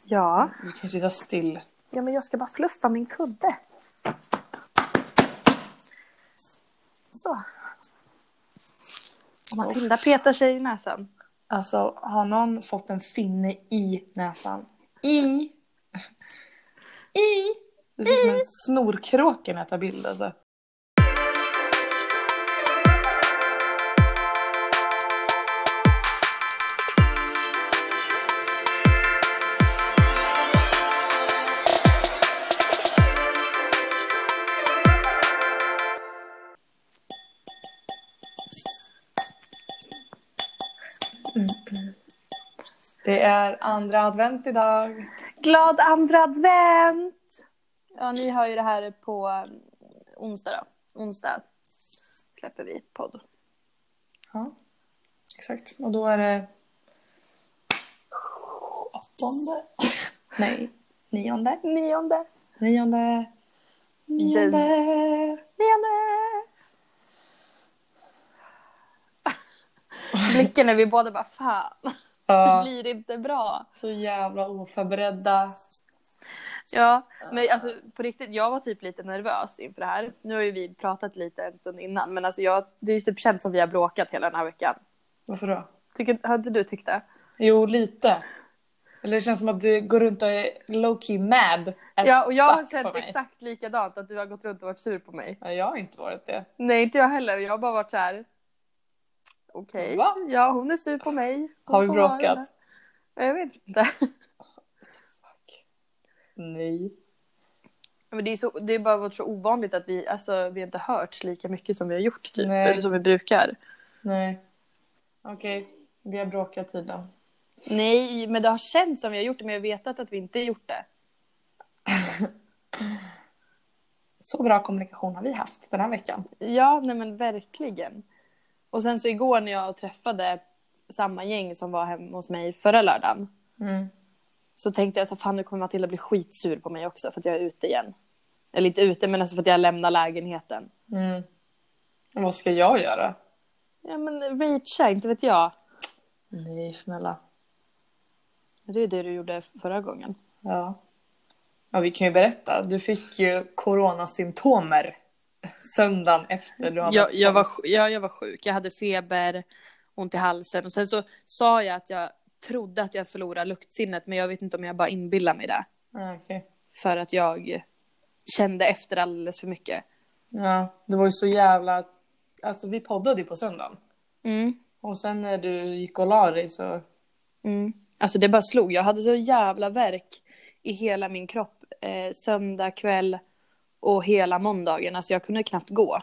Ja. Du kan ju sitta still. Ja, men jag ska bara fluffa min kudde. Så. Och Matilda petar sig i näsan. Alltså, har någon fått en finne i näsan? I! Det ser ut som en snorkråka när jag tar bild alltså. Det är andra advent idag. Glad andra advent! Ja, ni har ju det här på onsdag då. Onsdag släpper vi podd. Ja, exakt. Och då är det 8:e. Nej, 9:e. 9:e. 9:e. 9:e. 9:e. Blicken är vi båda bara, fan. Ja. Det blir inte bra. Så jävla oförberedda. Ja, men alltså på riktigt, jag var typ lite nervös inför det här. Nu har ju vi pratat lite en stund innan, men alltså det är ju typ känt som vi har bråkat hela den här veckan. Varför då? Har inte du tyckt det? Jo, lite. Eller det känns som att du går runt och är low-key mad. Ja, och jag har känt exakt likadant, att du har gått runt och varit sur på mig. Ja, jag har inte varit det. Nej, inte jag heller. Jag har bara varit så här. Okej. Va? Ja, hon är sur på mig. Har vi bråkat? Jag vet inte. Nej. Men det är bara varit så ovanligt att vi inte hörts lika mycket som vi har gjort typ. Nej. Eller som vi brukar. Nej. Okej, vi har bråkat tydligen. Nej, men det har känts som vi har gjort det, men jag vet att vi inte har gjort det. Så bra kommunikation har vi haft den här veckan. Ja, nej men verkligen. Och sen så igår när jag träffade samma gäng som var hemma hos mig förra lördagen. Så tänkte jag så fan, nu kommer Matilda bli skitsur på mig också för att jag är ute igen. Eller inte ute, men alltså för att jag lämnar lägenheten. Och vad ska jag göra? Ja, men reacha, inte vet jag. Nej, snälla. Det är det du gjorde förra gången. Ja. Ja, vi kan ju berätta. Du fick ju coronasymptomer söndagen efter du hade jag var sjuk. Jag hade feber, ont i halsen. Och sen så sa jag att jag trodde att jag förlorade luktsinnet. Men jag vet inte om jag bara inbillar mig det. Okay. För att jag kände efter alldeles för mycket. Ja, det var ju så jävla... Alltså vi poddade ju på söndagen. Och sen när du gick och la dig så... Alltså det bara slog. Jag hade så jävla värk i hela min kropp. Söndag kväll och hela måndagen. Alltså jag kunde knappt gå.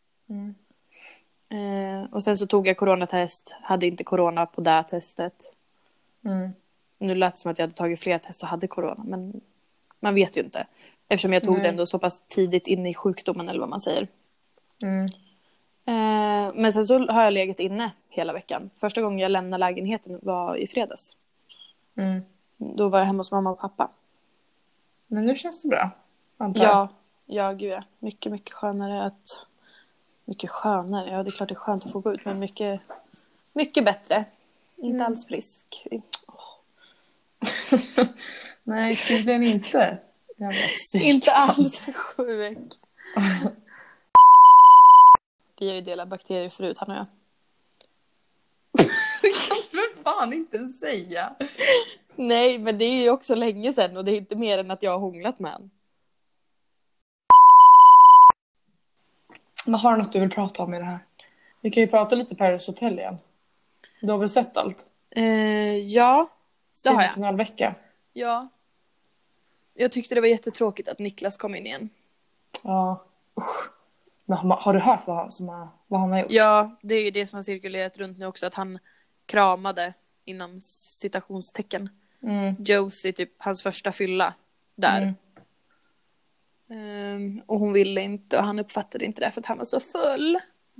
Och sen så tog jag coronatest. Hade inte corona på det testet. Nu lät det som att jag hade tagit fler test och hade corona. Men man vet ju inte. Eftersom jag tog det ändå så pass tidigt in i sjukdomen eller vad man säger. Men sen så har jag legat inne hela veckan. Första gången jag lämnade lägenheten var i fredags. Då var jag hemma hos mamma och pappa. Men nu känns det bra, antar jag. Ja, gud ja. Mycket, mycket skönare att... Mycket skönare, ja det är klart det är skönt att få gå ut. Men mycket, mycket bättre. Inte alls frisk. Nej, tydligen inte. Inte alls sjuk. Vi har ju delat bakterier förut, han och jag. Det kan du väl fan inte säga. Nej, men det är ju också länge sedan. Och det är inte mer än att jag har hånglat med han. Men har du något du vill prata om i det här? Vi kan ju prata lite Paradise Hotel igen. Du har väl sett allt? Ja, det har jag. Finalvecka. Ja. Jag tyckte det var jättetråkigt att Niklas kom in igen. Ja, usch. Men har du hört vad han har gjort? Ja, det är ju det som har cirkulerat runt nu också. Att han kramade inom citationstecken. Josie, typ hans första fylla där. Och hon ville inte. Och han uppfattade inte det för att han var så full.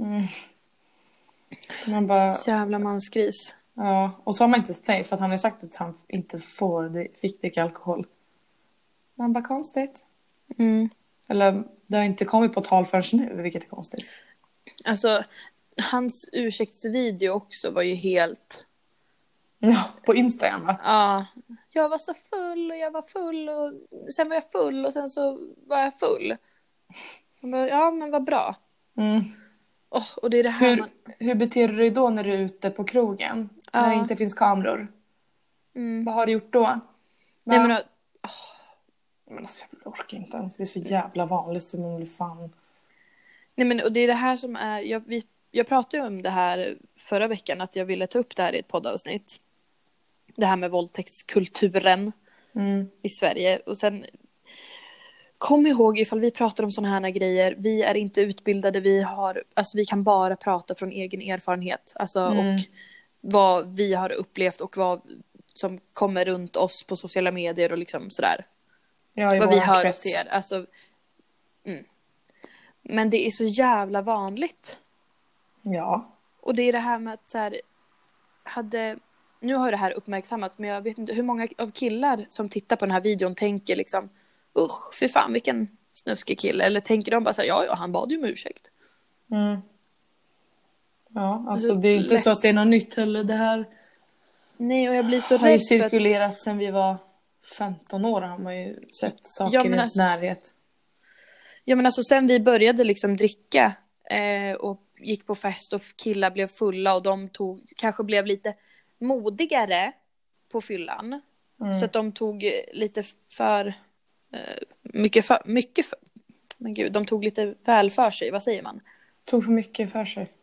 Man bara... Jävla mansgris. Ja, och så har man inte sagt för att han har sagt att han inte fick dricka alkohol. Man bara konstigt. Eller det har inte kommit på tal förrän nu, vilket är konstigt. Alltså, hans ursäktsvideo också var ju helt... Ja, på Instagram va? Ja, jag var så full och jag var full och sen var jag full och sen så var jag full. Jag bara, ja men vad bra. Och det är det här hur beter du dig då när du är ute på krogen? När det inte finns kameror? Vad har du gjort då? Nej men Men alltså, jag orkar inte ens. Det är så jävla vanligt som en fan. Nej men och det är det här som är... Jag pratade ju om det här förra veckan. Att jag ville ta upp det här i ett poddavsnitt. Det här med våldtäktskulturen i Sverige. Och sen... Kom ihåg ifall vi pratar om sådana här grejer. Vi är inte utbildade. Vi kan bara prata från egen erfarenhet. Alltså, och vad vi har upplevt och vad som kommer runt oss på sociala medier och liksom sådär. Ja, vad vi hör och ser. Alltså, Men det är så jävla vanligt. Ja. Och det är det här med att så här, nu har det här uppmärksammats, men jag vet inte hur många av killar som tittar på den här videon tänker liksom, fy fan vilken snuskig kille. Eller tänker de bara så här, ja han bad ju om ursäkt. Ja, alltså det är inte så att det är något nytt heller. Det här nej, och jag blir så rädd. Har ju cirkulerat sedan vi var 15 år. Har man ju sett saker i ens närhet. Ja men alltså sen vi började liksom dricka och gick på fest och killar blev fulla och de kanske blev lite modigare på fyllan. Så att de tog lite för mycket för, men gud, de tog lite väl för sig, vad säger man? Tog för mycket för sig.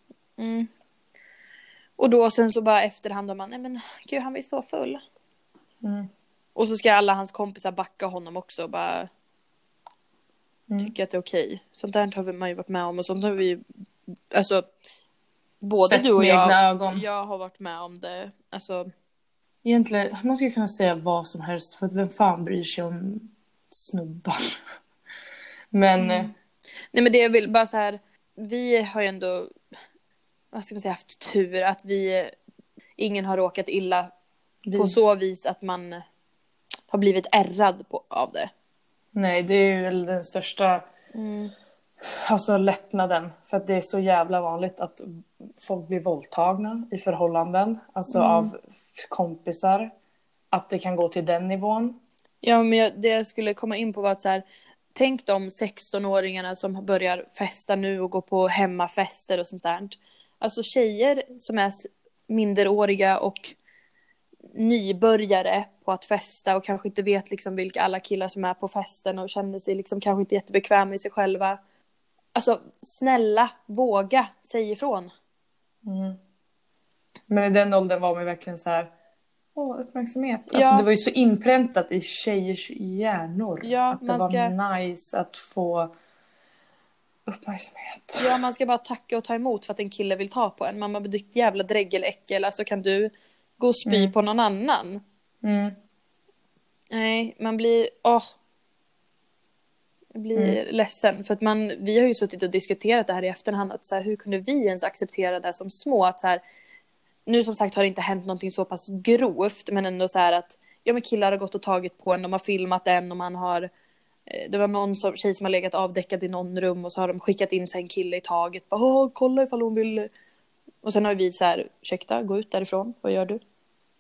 Och då sen så bara efterhand man, nej men gud han var ju så full. Och så ska alla hans kompisar backa honom också och bara tycka att det är okej. Sånt där har man ju varit med om och sånt har vi alltså både sett du och jag har varit med om det. Alltså egentligen, man skulle kunna säga vad som helst för att vem fan bryr sig om snubbar. Men nej men det jag vill bara så här, vi har ju ändå vad ska man säga haft tur att ingen har råkat illa på så vis att man har blivit ärrad av det. Nej, det är ju väl den största alltså lättnaden. För att det är så jävla vanligt att folk blir våldtagna i förhållanden. Alltså av kompisar. Att det kan gå till den nivån. Ja, men det jag skulle komma in på var att så här, tänk de 16-åringarna som börjar festa nu och gå på hemmafester och sånt där. Alltså tjejer som är minderåriga och nybörjare på att festa och kanske inte vet liksom vilka alla killar som är på festen och känner sig liksom kanske inte jättebekväm i sig själva. Alltså snälla, våga, säg ifrån. Men i den åldern var man verkligen så här, uppmärksamhet. Alltså det var ju så inpräntat i tjejers hjärnor. Ja, att det var nice att få uppmärksamhet. Ja, man ska bara tacka och ta emot för att en kille vill ta på en. Man bara, ditt jävla dräggeläckel. Alltså kan du gå och spy på någon annan? Nej, man blir... Jag blir ledsen. För att vi har ju suttit och diskuterat det här i efterhand. Att så här, hur kunde vi ens acceptera det som små? Att så här, nu som sagt har det inte hänt någonting så pass grovt. Men ändå så här att men killar har gått och tagit på en. De har filmat en och man har... Det var någon tjej som har legat avdäckad i någon rum. Och så har de skickat in sig en kille i taget. Bara, kolla ifall hon vill... Och sen har vi så här, ursäkta, gå ut därifrån. Vad gör du?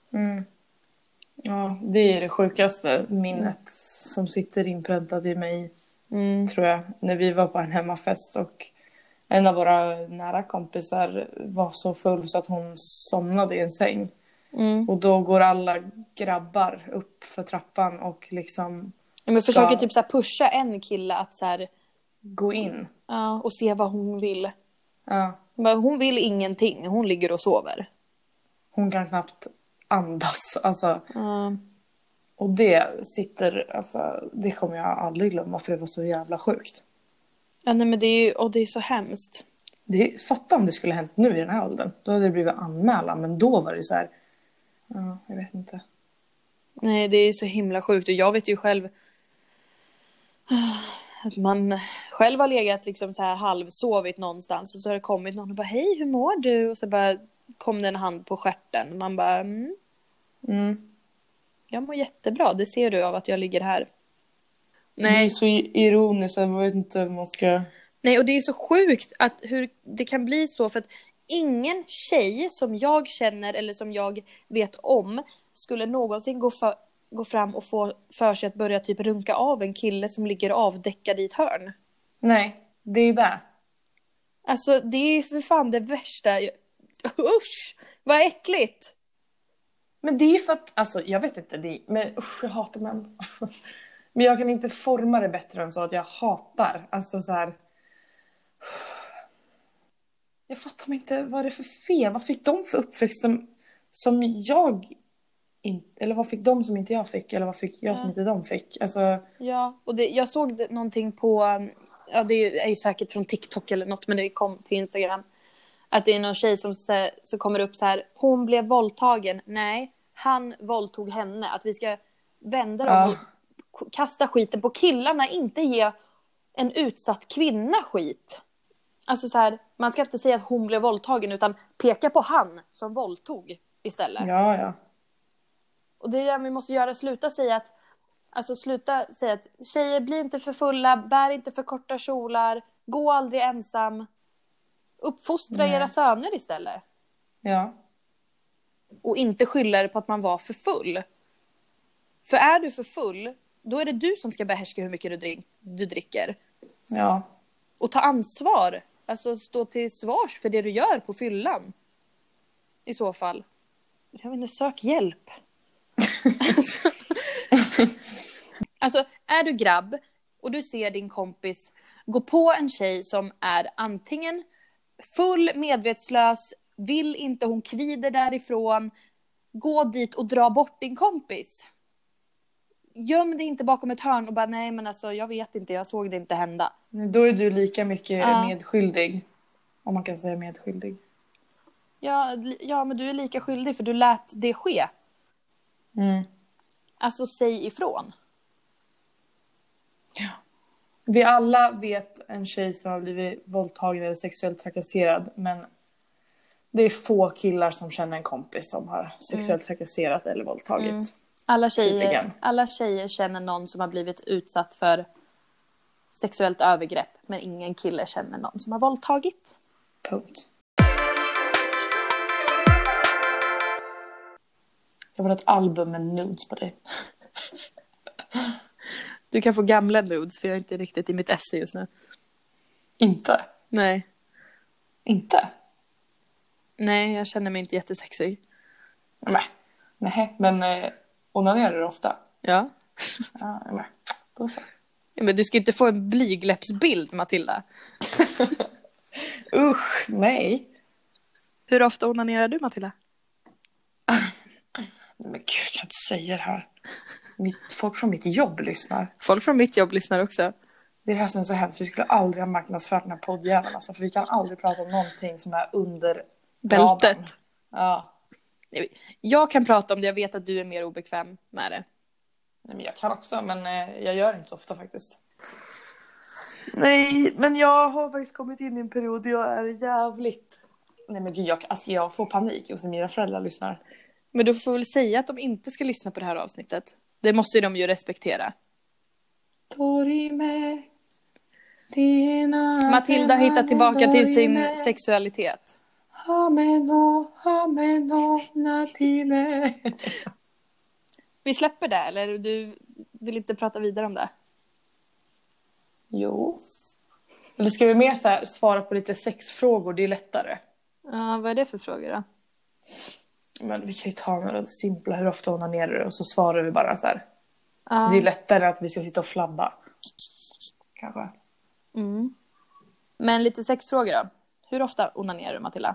Ja, det är det sjukaste minnet som sitter inpräntat i mig. Tror jag. När vi var på en hemmafest och en av våra nära kompisar var så full så att hon somnade i en säng. Och då går alla grabbar upp för trappan och liksom... men försöker typ så här pusha en kille att så här... gå in. Ja, och se vad hon vill. Ja. Men hon vill ingenting. Hon ligger och sover. Hon kan knappt andas. Alltså. Och det sitter... Alltså, det kommer jag aldrig glömma för det var så jävla sjukt. Ja, nej men det är så hemskt. Fatta om det skulle hänt nu i den här åldern. Då hade det blivit anmälan. Men då var det så här... Ja, jag vet inte. Nej, det är så himla sjukt. Och jag vet ju själv... Att man själv har legat liksom så här halvsovit någonstans. Och så har det kommit någon och bara, hej, hur mår du? Och så bara kom det en hand på stjärten. Man bara, jag mår jättebra. Det ser du av att jag ligger här. Nej. Det är så ironiskt. Jag vet inte hur man ska... Nej, och det är så sjukt att hur det kan bli så. För att ingen tjej som jag känner eller som jag vet om skulle någonsin gå gå fram och få för sig att börja typ runka av en kille som ligger avdäckad i ett hörn? Nej, det är det. Alltså det är för fan det värsta. Usch, vad äckligt. Men det är för att, alltså jag vet inte, men usch, jag hatar män. Men jag kan inte forma det bättre än så att jag hatar. Alltså så här. Jag fattar mig inte, vad är det för fel? Vad fick de för uppväxt som jag inte, eller vad fick de som inte jag fick? Eller vad fick jag som inte de fick? Alltså... Ja, och jag såg någonting på, ja det är ju säkert från TikTok eller något, men det kom till Instagram. Att det är någon tjej som så kommer upp så här, hon blev våldtagen. Nej, han våldtog henne. Att vi ska vända dem och kasta skiten på killarna, inte ge en utsatt kvinna skit. Alltså så här, man ska inte säga att hon blev våldtagen utan peka på han som våldtog istället. Ja. Och det är det vi måste göra, sluta säga att tjejer blir inte för fulla, bär inte för korta kjolar, gå aldrig ensam. Uppfostra era söner istället. Ja. Och inte skylla det på att man var för full. För är du för full, då är det du som ska behärska hur mycket du dricker. Ja. Och ta ansvar. Alltså stå till svars för det du gör på fyllan. I så fall. Jag vet inte, sök hjälp. Alltså, är du grabb och du ser din kompis gå på en tjej som är antingen full, medvetslös, vill inte, hon kvider därifrån, gå dit och dra bort din kompis. Göm dig inte bakom ett hörn och bara nej men alltså jag vet inte, jag såg det inte hända. Då är du lika mycket medskyldig. Om man kan säga medskyldig. Ja, men du är lika skyldig för du lät det ske. Alltså säg ifrån. Ja. Vi alla vet en tjej som har blivit våldtagen eller sexuellt trakasserad. Men det är få killar som känner en kompis som har sexuellt trakasserat eller våldtagit. Alla tjejer känner någon som har blivit utsatt för sexuellt övergrepp. Men ingen kille känner någon som har våldtagit. Punkt. Jag vill ha ett album med nudes på dig. Du kan få gamla nudes för jag är inte riktigt i mitt esse just nu. Inte? Nej. Inte? Nej, jag känner mig inte jättesexig. Nej, men onanerar du ofta? Ja. Ja, men då så. Ja, men du ska inte få en blygläppsbild, Matilda. Usch, nej. Hur ofta onanerar du, Matilda? Men gud, jag kan inte säga det här. Folk från mitt jobb lyssnar. Folk från mitt jobb lyssnar också. Det är det här som är så hemskt. Vi skulle aldrig ha marknadsfört den här poddjäveln. Alltså, för vi kan aldrig prata om någonting som är under bältet. Radan. Ja. Jag kan prata om det. Jag vet att du är mer obekväm med det. Nej, men jag kan också. Men jag gör det inte så ofta faktiskt. Nej, men jag har faktiskt kommit in i en period där jag är jävligt... Nej men gud, jag får panik och så mina föräldrar lyssnar. Men du får väl säga att de inte ska lyssna på det här avsnittet. Det måste ju de ju respektera. Matilda har hittat tillbaka till sin sexualitet. Vi släpper det, eller du vill inte prata vidare om det? Jo. Eller ska vi mer så här, svara på lite sexfrågor? Det är lättare. Ja, vad är det för frågor då? Men vi kan ju ta några simpla. Hur ofta onanerar du? Och så svarar vi bara så här. Det är lättare att vi ska sitta och flabba. Kanske. Men lite sexfrågor då. Hur ofta onanerar du, Matilda?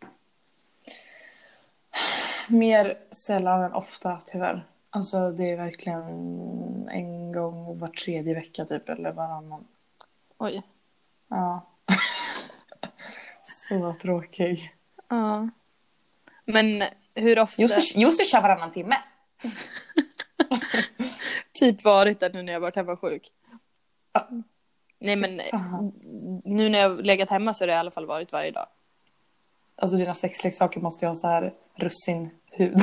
Mer sällan än ofta, tyvärr. Alltså det är verkligen en gång var tredje vecka typ. Eller varannan. Oj. Ja. Så tråkig. Ja. Men hur ofta... Jussi kör varannan timme. Typ varit där nu när jag varit hemma sjuk. Nej men nu när jag legat hemma så har det i alla fall varit varje dag. Alltså dina sexleksaker måste ju ha så här russinhud.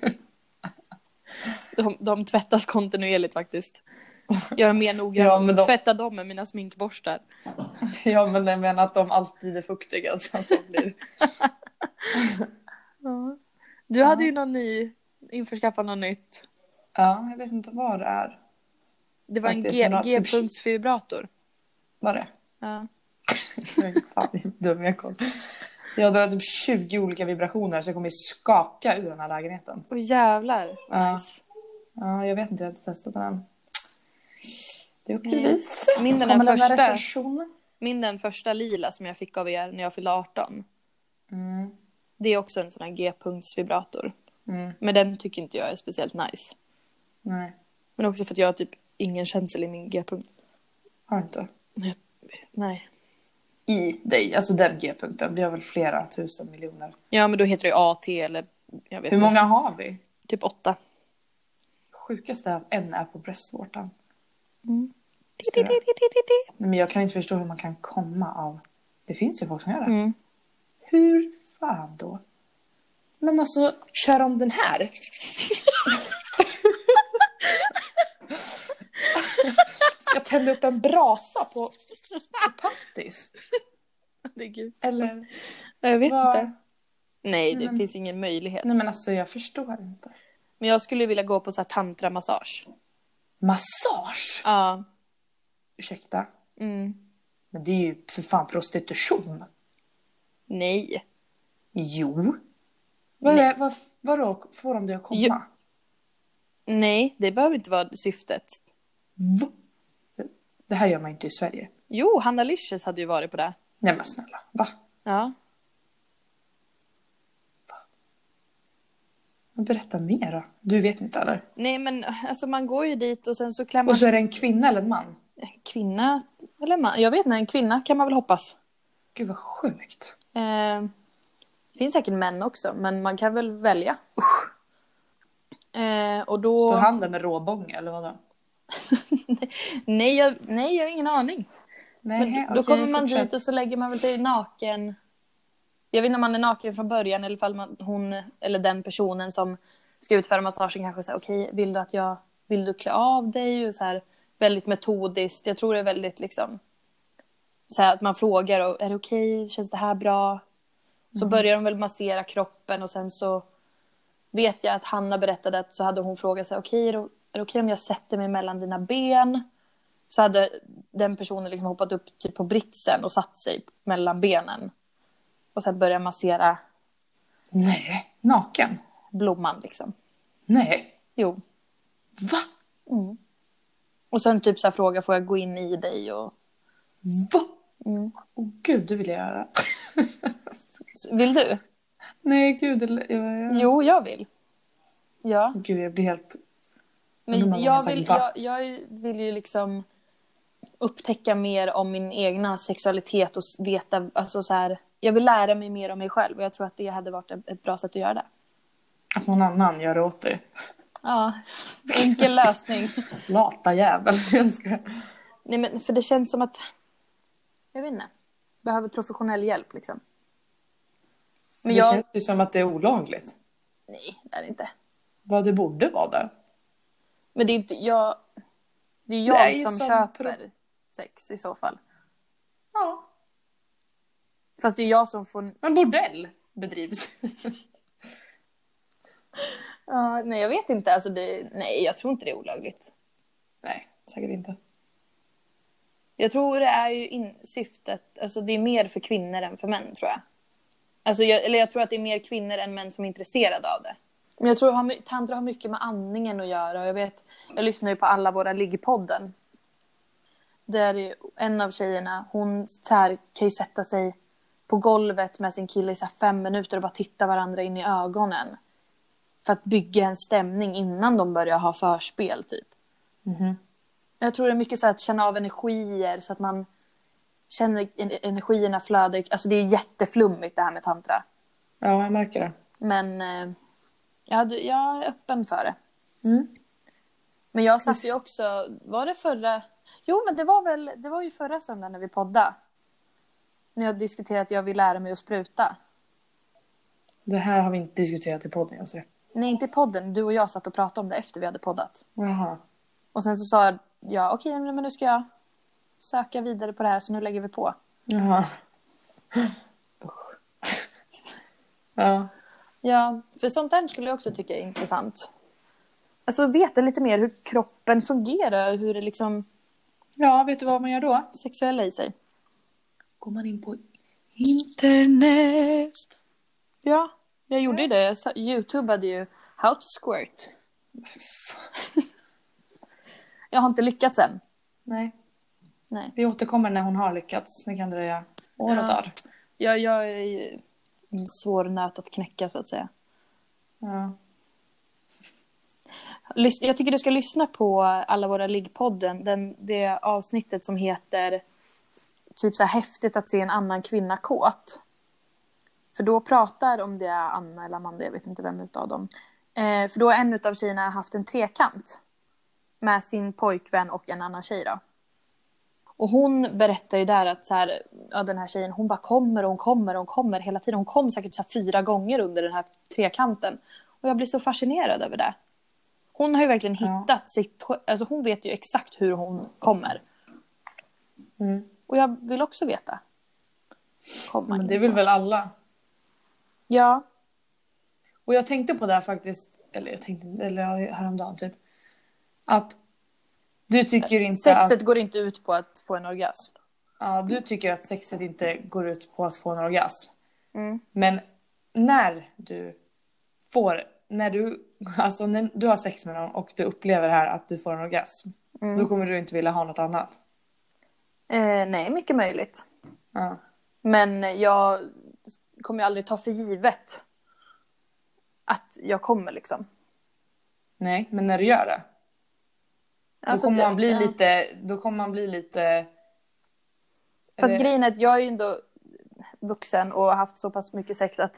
De tvättas kontinuerligt faktiskt. Jag är mer noggrann att tvätta dem med mina sminkborstar. Ja men jag menar att de alltid är fuktiga så att de blir... Du hade ju införskaffat något nytt. Ja, jag vet inte vad det är. Det var Faktiskt, en men typ- G-punktsvibrator. Var det? Ja. Fan, det är dum jag koll. Jag har typ 20 olika vibrationer så jag kommer skaka ur den här lägenheten. Åh jävlar. Ja. Nice. Ja, jag vet inte, jag har inte testat den än. Det är upp till vis. Min den Kommer lämna första. recension. Min den första lila som jag fick av er när jag fyllde 18. Mm. Det är också en sån här G-punktsvibrator. Mm. Men den tycker inte jag är speciellt nice. Nej, Men också för att jag har typ ingen känsel i min G-punkt. har du inte? Nej. I dig, alltså den G-punkten. Vi har väl flera 1000 miljoner. Ja, men då heter det AT eller jag vet Hur inte. många har vi? Typ 8. Sjukast är att en är på bröstvårtan. Mm. Nej, men jag kan inte förstå hur man kan komma av. Det finns ju folk som gör det. Mm. Hur fan då? Men alltså, kör om den här. Ska jag tända upp en brasa på pattis? Det är gud. Eller? Jag vet Vad? inte. Nej, det men- finns ingen möjlighet. Nej men alltså jag förstår inte. Men jag skulle vilja gå på så här tantramassage. Massage? Ja. Ursäkta. Mm. Men det är ju för fan prostitution. Nej. Jo. Nej. Vadå får de det att komma? Jo. Nej, det behöver inte vara syftet. Va? Det här gör man inte i Sverige. Jo, Hanna Licious hade ju varit på det. Nej men snälla, va? Ja. Berätta mer då. Du vet inte eller? Nej, men alltså man går ju dit och sen så klämmer Och så är det en kvinna eller en man? kvinna eller man. Jag vet inte, en kvinna kan man väl hoppas. Gud vad sjukt. Det finns säkert män också, men man kan väl välja. Och då... Står han där med råbång eller vadå? nej, jag har ingen aning. Nej, Men då kommer man dit och så lägger man väl sig naken. Jag vet inte om man är naken från början eller ifall hon eller den personen som ska utföra massagen kanske säger okej, vill du klä av dig? Och så här, väldigt metodiskt. Jag tror det är väldigt liksom så här, att man frågar är det okej? Känns det här bra? Så börjar de väl massera kroppen och sen så vet jag att Hanna berättade att så hade hon frågat sig okej, är det okej om jag sätter mig mellan dina ben? Så hade den personen liksom hoppat upp typ på britsen och satt sig mellan benen. Och sen började massera Nej, naken? blomman liksom. Nej. Jo. Va? Mm. Och sen typ så här fråga, får jag gå in i dig? Och... Va? Mm. Åh gud, det vill jag göra. Vill du? Nej, gud. Jo, jag vill. Ja. Gud, jag blir helt... Men jag vill ju liksom upptäcka mer om min egna sexualitet och veta, alltså så här, jag vill lära mig mer om mig själv och jag tror att det hade varit ett bra sätt att göra det. Att någon annan gör det åt dig. Ja, enkel lösning. Lata jävel. Jag ska... Nej, men för det känns som att, jag vet inte, behöver professionell hjälp liksom. Men Det känns ju som att det är olagligt. Nej, det är det inte. Vad det borde vara det. Men det är inte jag. Det är Det jag är ju som som köper sex i så fall. Ja. Fast det är jag som får... Men bordell bedrivs. Ja, nej, jag vet inte. Alltså nej, jag tror inte det är olagligt. Nej, säkert inte. Jag tror det är ju syftet. Alltså det är mer för kvinnor än för män, tror jag. Alltså jag tror att det är mer kvinnor än män som är intresserade av det. Men jag tror tantra har mycket med andningen att göra. Och jag lyssnar ju på alla våra liggpodden. Där är en av tjejerna, hon så här, kan ju sätta sig på golvet med sin kille i så här 5 minuter och bara titta varandra in i ögonen. För att bygga en stämning innan de börjar ha förspel typ. Mhm. Jag tror det är mycket så här att känna av energier så att man känner energierna flöda. Alltså det är jätteflummigt det här med tantra. Ja, jag märker det. Men jag är öppen för det. Mm. Men jag satt ju också, var det förra? Jo, men det var ju förra söndagen när vi poddade. När jag diskuterade att jag vill lära mig att spruta. Det här har vi inte diskuterat i podden, jag ser. Nej, inte i podden. Du och jag satt och pratade om det efter vi hade poddat. Jaha. Och sen så sa jag, okej, men nu ska jag söka vidare på det här så nu lägger vi på. Jaha. Usch. Ja. Ja, för sånt där skulle jag också tycka är intressant. alltså veta lite mer hur kroppen fungerar, hur det liksom Ja, vet du vad man gör då? sexuella i sig. Går man in på internet. Ja, jag gjorde ju det. Jag YouTubade ju How to squirt. Jag har inte lyckats än. Nej. Nej. Vi återkommer när hon har lyckats. Det kan dröja år och dagar. Jag är ju en svår nöt att knäcka så att säga. Ja. Jag tycker du ska lyssna på alla våra liggpodden. Det avsnittet som heter typ så här häftigt att se en annan kvinna kåt. För då pratar om det är Anna eller Amanda, jag vet inte vem utav dem. För då har en utav tjejerna haft en trekant med sin pojkvän och en annan tjej då. Och hon berättar ju där att så här, ja, den här tjejen, hon bara kommer och hon kommer hela tiden. Hon kom säkert så här 4 gånger under den här trekanten. Och jag blir så fascinerad över det. Hon har ju verkligen hittat sitt... Alltså hon vet ju exakt hur hon kommer. Mm. Och jag vill också veta. Men det vill väl alla? Ja. Och jag tänkte på det här faktiskt. Eller häromdagen typ. Att du tycker inte sexet går inte ut på att få en orgasm. Ja, du tycker att sexet inte går ut på att få en orgasm. Mm. Men när du har sex med någon och du upplever här att du får en orgasm. Då kommer du inte vilja ha något annat. Nej, mycket möjligt. Ja. Men jag kommer ju aldrig ta för givet att jag kommer liksom. Nej, men när du gör det. Då kommer man bli lite... Fast grejen är att jag är ju ändå vuxen och har haft så pass mycket sex att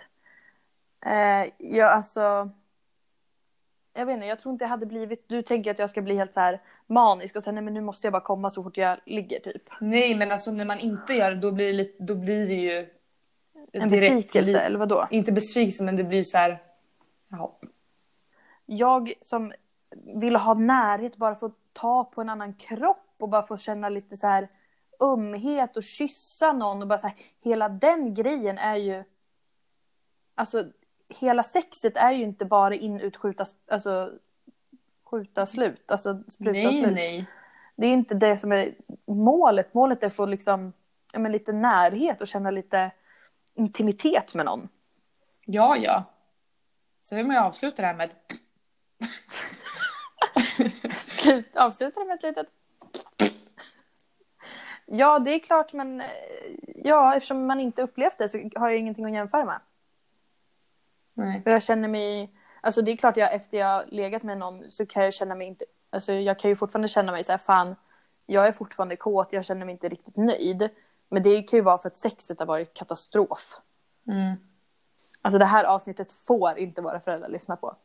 jag vet inte, jag tror inte jag hade blivit... Du tänker att jag ska bli helt så här manisk och sen nej, men nu måste jag bara komma så fort jag ligger typ. Nej, men alltså när man inte gör det då blir det ju en besvikelse eller vadå? Inte besvikelse, men det blir så här jaha. Jag som vill ha närhet, bara få ta på en annan kropp och bara få känna lite så här ömhet och kyssa någon och bara så här, hela den grejen är ju alltså hela sexet är ju inte bara in ut skjuta slut, alltså spruta slut. Nej. Det är inte det som är målet. Målet är att få liksom lite närhet och känna lite intimitet med någon. Ja. Så vill man ju avsluta det här med avsluta det med ett litet ja, det är klart, men ja, eftersom man inte upplevt det så har jag ingenting att jämföra med. Nej. Och jag känner mig, alltså det är klart efter jag legat med någon så kan jag känna mig inte, alltså jag kan ju fortfarande känna mig så här, fan, jag är fortfarande kåt, jag känner mig inte riktigt nöjd. Men det kan ju vara för att sexet har varit katastrof. Mm. Alltså det här avsnittet får inte våra föräldrar lyssna på.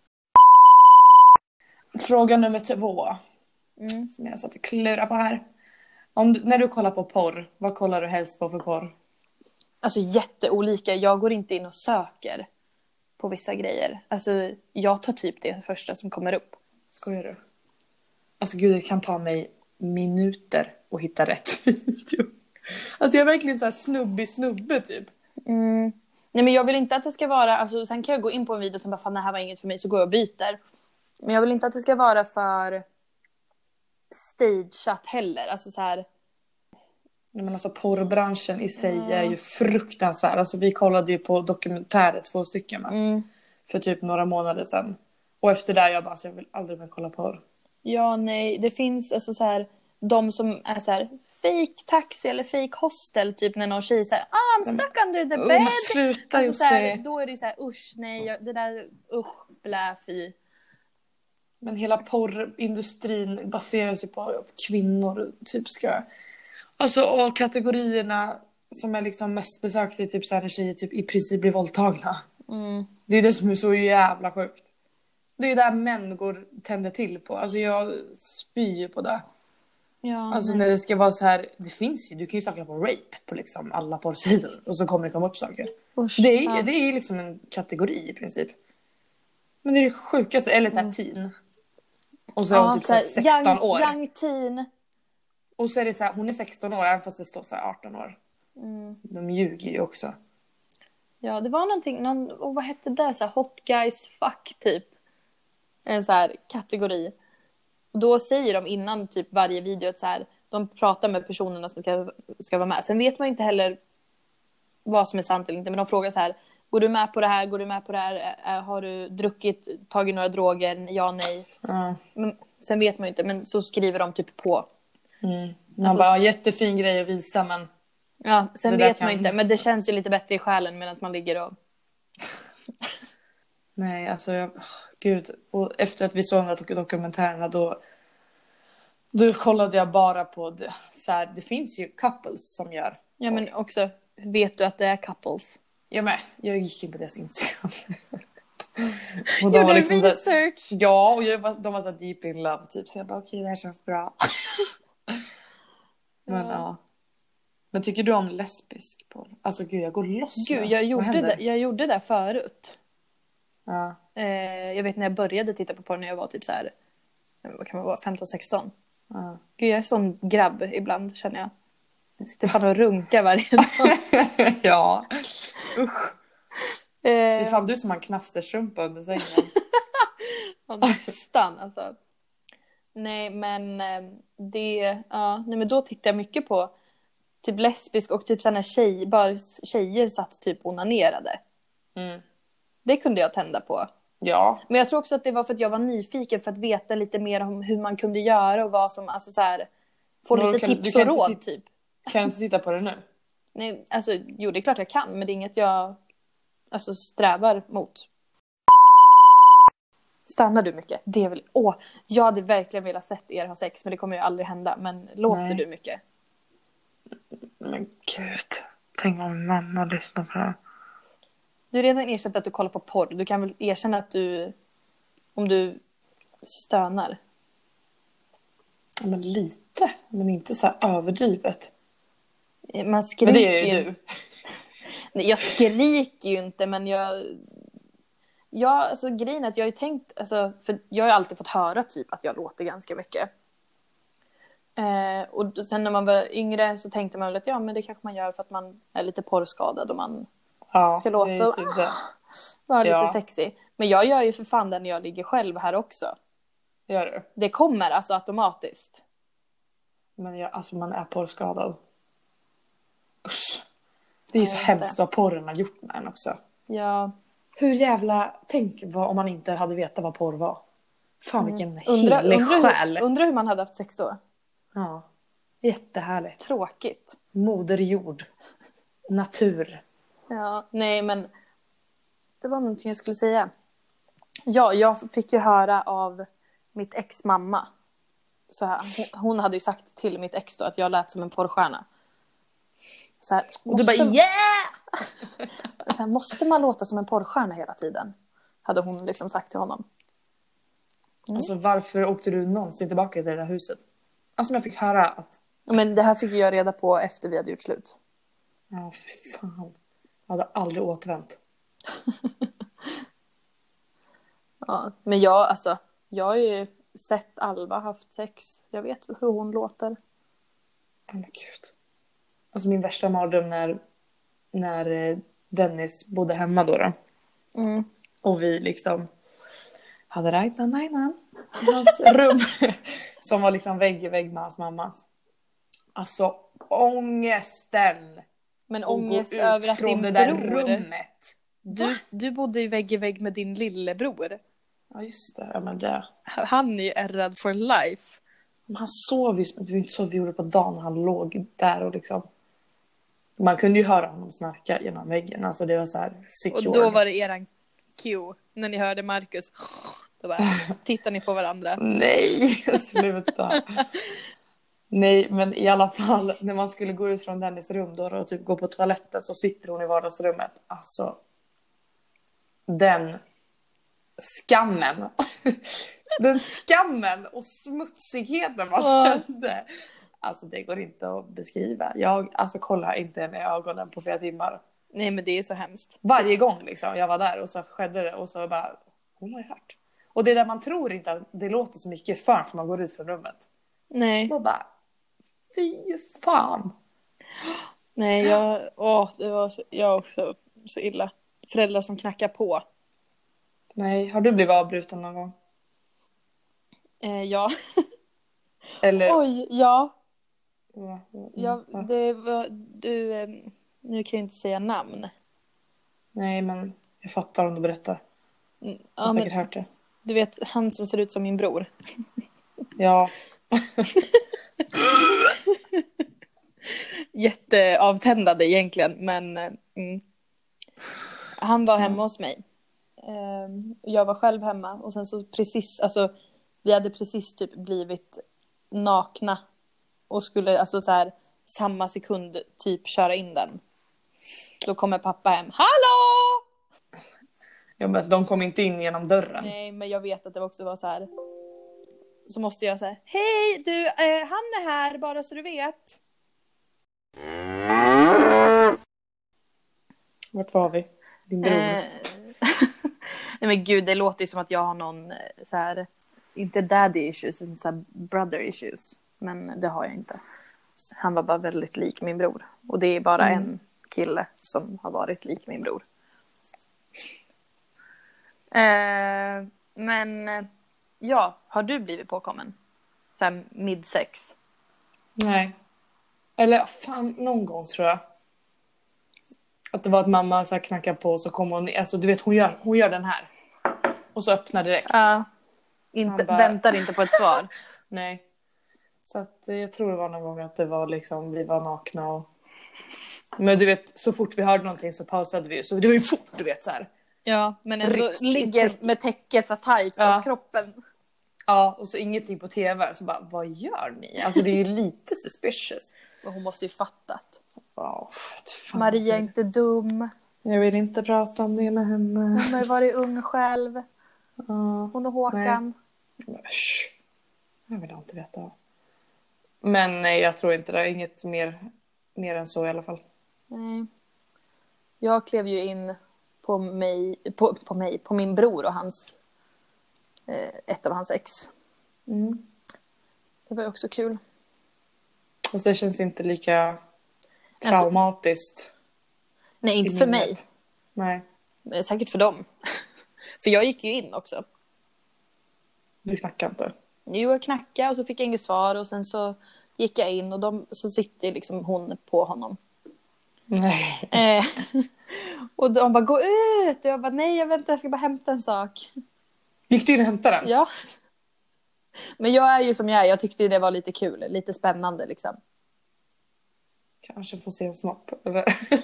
Fråga nummer 2. Som jag satt och klura på här. När du kollar på porr, vad kollar du helst på för porr? Alltså jätteolika. Jag går inte in och söker på vissa grejer. Alltså jag tar typ det första som kommer upp. Skojar du? Alltså gud, det kan ta mig minuter att hitta rätt video. Alltså jag är verkligen så här snubbe typ. Nej, men jag vill inte att det ska vara, alltså sen kan jag gå in på en video som bara fan det här var inget för mig, så går jag och byter. Men jag vill inte att det ska vara för stageat heller, alltså så här. Men alltså porrbranschen i sig är ju fruktansvärd. Alltså vi kollade ju på dokumentärer 2 stycken för typ några månader sedan. Och efter det jag bara, alltså, jag vill aldrig mer kolla porr. Ja, nej, det finns alltså så här de som är så här fake taxi eller fake hostel typ när någon tjej säger I'm stuck under the bed. Sluta alltså, så här, då är det så här usch nej, det där blä fy. Men hela porrindustrin baserar sig på att kvinnor typ ska... Alltså, och kategorierna som är liksom mest besökta är typ så här när tjejer typ i princip blir våldtagna. Det är det som är så jävla sjukt. Det är där män tänder till på. Alltså jag spyr på det. Ja, alltså när det ska vara så här... Det finns ju, du kan ju söka på rape på liksom alla porrsidor. Och så kommer det komma upp saker. Det är liksom en kategori i princip. Men det är det sjukaste. Eller såhär teen. Och så är hon typ så 16 år. Young teen. Och så är det så här, hon är 16 år även fast det står så här 18 år. De ljuger ju också. Ja, det var någonting, vad hette det? Så här, hot guys fuck typ. en så här kategori. Och då säger de innan typ varje video att så här, de pratar med personerna som ska vara med. Sen vet man ju inte heller vad som är sant eller inte. Men de frågar så här, går du med på det här? Går du med på det här? Har du druckit, tagit några droger? Ja, nej. Men, sen vet man ju inte, men så skriver de typ på. Man alltså, bara, jättefin grej att visa, men... Ja, sen vet man ju inte. Men det känns ju lite bättre i själen medan man ligger och... Nej, alltså gud. Och efter att vi såg de här dokumentärerna då kollade jag bara på det. Så här, det finns ju couples som gör. Ja, men också, vet du att det är couples? Ja, men jag gick in på deras Instagram. Och de var liksom research. Ja, och de var så deep in love typ. Så jag bara, okej, det här känns bra. Men ja. Men tycker du om lesbisk porr? Alltså gud, jag går loss. Gud, jag gjorde det förut. Ja. Jag vet när jag började titta på porr när jag var typ så här, vad kan man vara, 15-16. Ja. Gud, jag är sån grabb ibland, känner jag. Jag sitter fan och runkar varje dag. Ja. Usch. Det är fan du som har en knasterstrumpa under sängen. Ja, nästan, alltså. Nej, men men då tittade jag mycket på typ lesbisk och typ såna tjejer satt typ onanerade. Det kunde jag tända på. Ja. Men jag tror också att det var för att jag var nyfiken för att veta lite mer om hur man kunde göra och vad som, alltså så här, få lite tips och råd typ. Kan du inte titta på det nu? Nej, alltså jo, det är klart jag kan, men det är inget jag strävar mot. Stannar du mycket? Det är väl, jag hade verkligen velat sett er ha sex, men det kommer ju aldrig hända. Men låter du mycket? Men gud, tänk om mamma lyssnar på det här. Du har redan erkänt att du kollar på porr. Du kan väl erkänna att om du stönar? Men lite, men inte så här överdrivet. Man skriker. Men det är ju du. Nej, jag skriker ju inte, men alltså grejen är att jag har ju tänkt, alltså, för jag har ju alltid fått höra typ att jag låter ganska mycket. Och sen när man var yngre så tänkte man väl att men det kanske man gör för att man är lite porrskadad och man ska låta vara lite sexy. Men jag gör ju för fan det när jag ligger själv här också. Gör du? Det kommer alltså automatiskt. Men man är porrskadad. Usch. Det är ju så hemskt vad porren har gjort med en också. Ja. Hur jävla... Tänk om man inte hade vetat vad porr var. Fan vilken helig själ. Undrar hur man hade haft sex då. Ja. Jättehärligt. Tråkigt. Moder jord. Natur. Ja, nej men... Det var någonting jag skulle säga. Ja, jag fick ju höra av mitt ex mamma. Så här, hon hade ju sagt till mitt ex då att jag lät som en porrstjärna. Så här, och du bara så här, måste man låta som en porrstjärna hela tiden? Hade hon liksom sagt till honom. Alltså varför åkte du någonsin tillbaka till det där huset? Alltså jag fick höra att... Men det här fick jag reda på efter vi hade gjort slut. Ja, för fan. Jag hade aldrig återvänt. Ja, men jag har ju sett Alva haft sex. Jag vet hur hon låter. Men gud. Alltså min värsta mardröm när Dennis bodde hemma då. Och vi liksom hade rajtan i hans rum. Som var liksom vägg i vägg med hans mammas. Alltså ångesten. Men ångest över att din det där bror... rummet. Du bodde ju vägg i vägg med din lillebror. Ja just det, ja men det. Han är ju ärrad for life. Men han sov ju, det var inte så vi gjorde på dagen. Han låg där och liksom... Man kunde ju höra honom snarka genom väggen. Alltså det var så här secured. Och då var det eran cue. När ni hörde Marcus. Då bara, tittar ni på varandra. Nej, sluta. Nej, men i alla fall. När man skulle gå ut från Dennis rum då och typ gå på toaletten så sitter hon i vardagsrummet. Alltså. Den skammen. Den skammen och smutsigheten man kände. Alltså det går inte att beskriva. Jag kollar inte med ögonen på flera timmar. Nej men det är så hemskt. Varje gång liksom jag var där och så skedde det och så bara hon har ju hört. Och det är där man tror inte att det låter så mycket förrän man går ut från rummet. Nej. Och bara fy fan. Nej det var jag också så illa. Föräldrar som knackar på. Nej, har du blivit avbruten någon gång? Ja. Eller... Oj, ja. Ja. Ja, det var... Du... Nu kan jag inte säga namn. Nej, men jag fattar om du berättar. Jag har Ja, säkert men hört det. du vet, han som ser ut som min bror. Ja. Jätteavtändande egentligen, men han var hemma hos mig. Jag var själv hemma och sen så precis, alltså vi hade precis typ blivit nakna och skulle alltså så här samma sekund typ köra in den. Då kommer pappa hem. Hallå! Ja, men de kom inte in genom dörren. Nej, men jag vet att det också var så här. Så måste jag säga, hej du, han är här bara så du vet. Vart var vi? Din bror? Nej men gud, det låter ju som att jag har någon så här, inte daddy issues, utan så här brother issues. Men det har jag inte. Han var bara väldigt lik min bror. Och det är bara en kille som har varit lik min bror. Men ja, har du blivit påkommen? Sen mid-sex? Nej. Eller fan, någon gång tror jag. Att det var att mamma så här knackade på och så kom hon. Alltså du vet, hon gör den här. Och så öppnar direkt. Ja. Inte, bara... Väntar inte på ett svar. Nej. Så att jag tror det var någon gång att det var liksom, vi var nakna och... Men du vet, så fort vi hörde någonting så pausade vi. Så det var ju fort, du vet så här. Ja, men ändå Rips, ligger med täcket så tajt om kroppen. Ja, och så ingenting på tv. Så bara, vad gör ni? Alltså det är ju lite suspicious. Och hon måste ju fattat. Wow, Maria är inte dum. Jag vill inte prata om det med henne. Hon har ju varit ung själv. Hon och Håkan. Nej. Jag vill inte veta. Men nej, jag tror inte det är inget mer än så i alla fall. Nej. Jag klev ju in på min bror och hans ett av hans ex. Det var ju också kul. Fast det känns inte lika traumatiskt. Nej, inte för mig. Nej. Säkert för dem. För jag gick ju in också. Du knackade inte? Jo, jag knackade och så fick jag inget svar. Och sen så gick jag in och så sitter liksom hon på honom. Nej. Och de bara, gå ut! Och jag bara, nej jag väntar, jag ska bara hämta en sak. Gick du in och hämtade den? Ja. Men jag är ju som jag är. Jag tyckte det var lite kul. Lite spännande liksom. Kanske får se en snopp. Eller?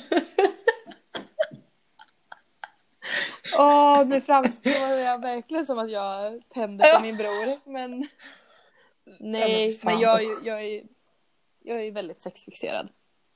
Nu framstår jag verkligen som att jag tände på min bror. Men nej, men jag är ju väldigt sexfixerad.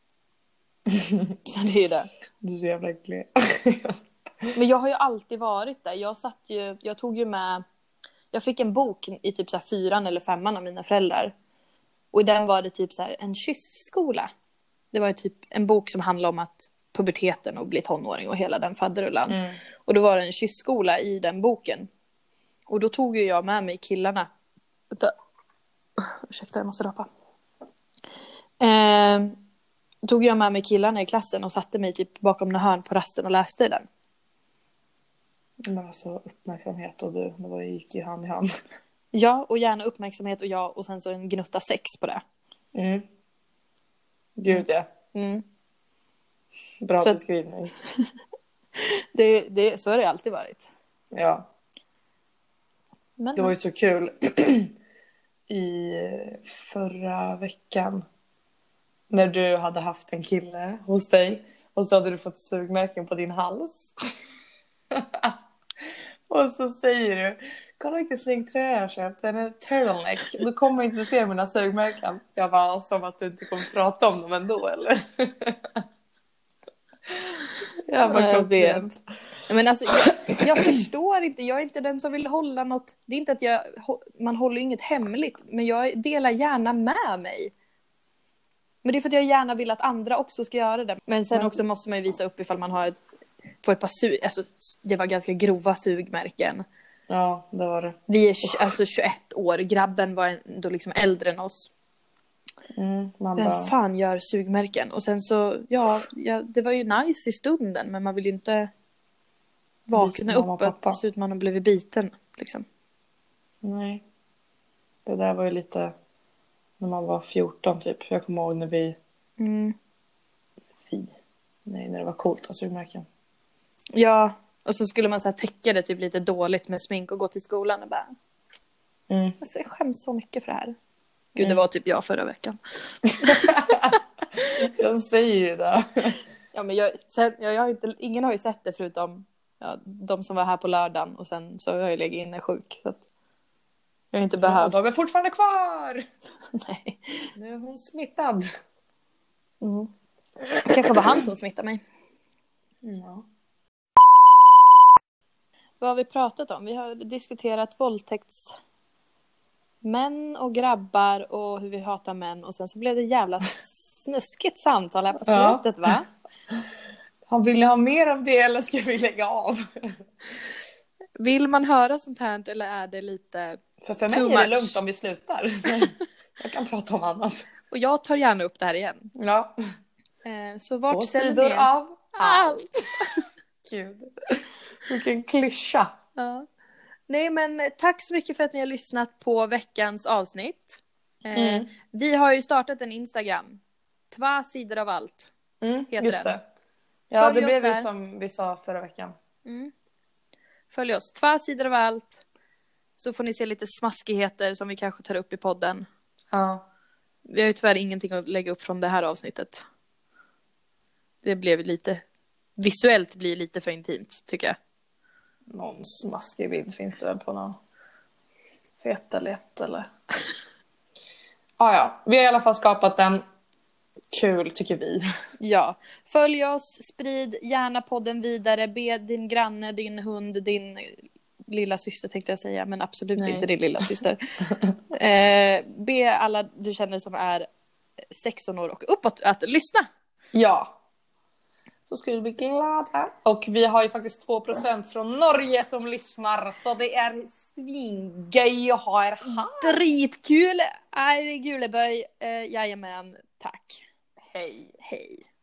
Så det är ju det. Du är så jävla äcklig. Men jag har ju alltid varit där. Jag tog ju med... Jag fick en bok i typ så här 4:an eller 5:an av mina föräldrar. Och i den var det typ så här en kyssskola. Det var ju typ en bok som handlade om att puberteten och bli tonåring och hela den faderullan. Och då var det en kyssskola i den boken. Och då tog ju jag med mig killarna. Ursäkta, jag måste rapa. Tog jag med mig killarna i klassen och satte mig typ bakom några hörn på rasten och läste den. Men alltså uppmärksamhet och du, gick ju hand i hand. Ja, och gärna uppmärksamhet och sen så en gnutta sex på det. Gud ja. Bra så beskrivning. Så har det alltid varit. Ja. Men, det var ju så kul i förra veckan när du hade haft en kille hos dig och så hade du fått sugmärken på din hals. Och så säger du, kolla vilken snygg tröja jag köpt, den är turtleneck. Du kommer inte se mina sugmärken. Jag var som att du inte kommer prata om dem ändå, eller? Jag vet. Men alltså, jag förstår inte. Jag är inte den som vill hålla något. Det är inte att man håller inget hemligt. Men jag delar gärna med mig. Men det är för att jag gärna vill att andra också ska göra det. Men sen också måste man ju visa upp ifall man får ett par alltså, det var ganska grova sugmärken. Ja, det var det. Vi är alltså 21 år. Grabben var ändå liksom äldre än oss. Vem fan gör sugmärken? Och sen så, det var ju nice i stunden. Men man vill ju inte vakna upp att man har blivit biten. Liksom. Nej. Det där var ju lite när man var 14 typ. Jag kommer ihåg när när det var coolt att surmärken. Ja, och så skulle man så här täcka det typ lite dåligt med smink och gå till skolan och bara... Alltså, jag skäms så mycket för det här. Gud, det var typ jag förra veckan. Jag säger ju det. Ja, men jag har inte, ingen har ju sett det förutom de som var här på lördagen. Och sen så har jag ju legat inne sjuk. Så att jag har inte behövt. De är fortfarande kvar. Nej. Nu är hon smittad. Det kanske var han som smittade mig. Ja. Vad har vi pratat om? Vi har diskuterat våldtäktsmän och grabbar och hur vi hatar män. Och sen så blev det jävla snuskigt samtal här på slutet, va? Han vill ha mer av det eller ska vi lägga av? Vill man höra sånt här eller är det lite... För mig är det lugnt om vi slutar. Jag kan prata om annat. Och jag tar gärna upp det här igen. Ja. Så vart 2 ställer sidor ni? av Allt. Gud. Vilken klyscha. Ja. Nej, men tack så mycket för att ni har lyssnat på veckans avsnitt. Vi har ju startat en Instagram. 2 sidor av allt. Heter just den. det. Ja, Följ det blev ju där. som vi sa förra veckan. Följ oss. 2 sidor av allt. Så får ni se lite smaskigheter som vi kanske tar upp i podden. Ja. Vi har ju tyvärr ingenting att lägga upp från det här avsnittet. Det blev visuellt blir lite för intimt, tycker jag. Någon smaskig bild finns det väl på någon feta lätt eller... Ja. Vi har i alla fall skapat en kul, tycker vi. Ja. Följ oss, sprid gärna podden vidare. Be din granne, din hund, din lilla syster tänkte jag säga. Men absolut inte din lilla syster. Be alla du känner som är 16 år och uppåt att lyssna. Ja. Så skulle du bli glada. Och vi har ju faktiskt 2% från Norge som lyssnar. Så det är svingöj att ha er här. Dritkul! Är det guleböj? Jajamän, tack. Hej. Hej.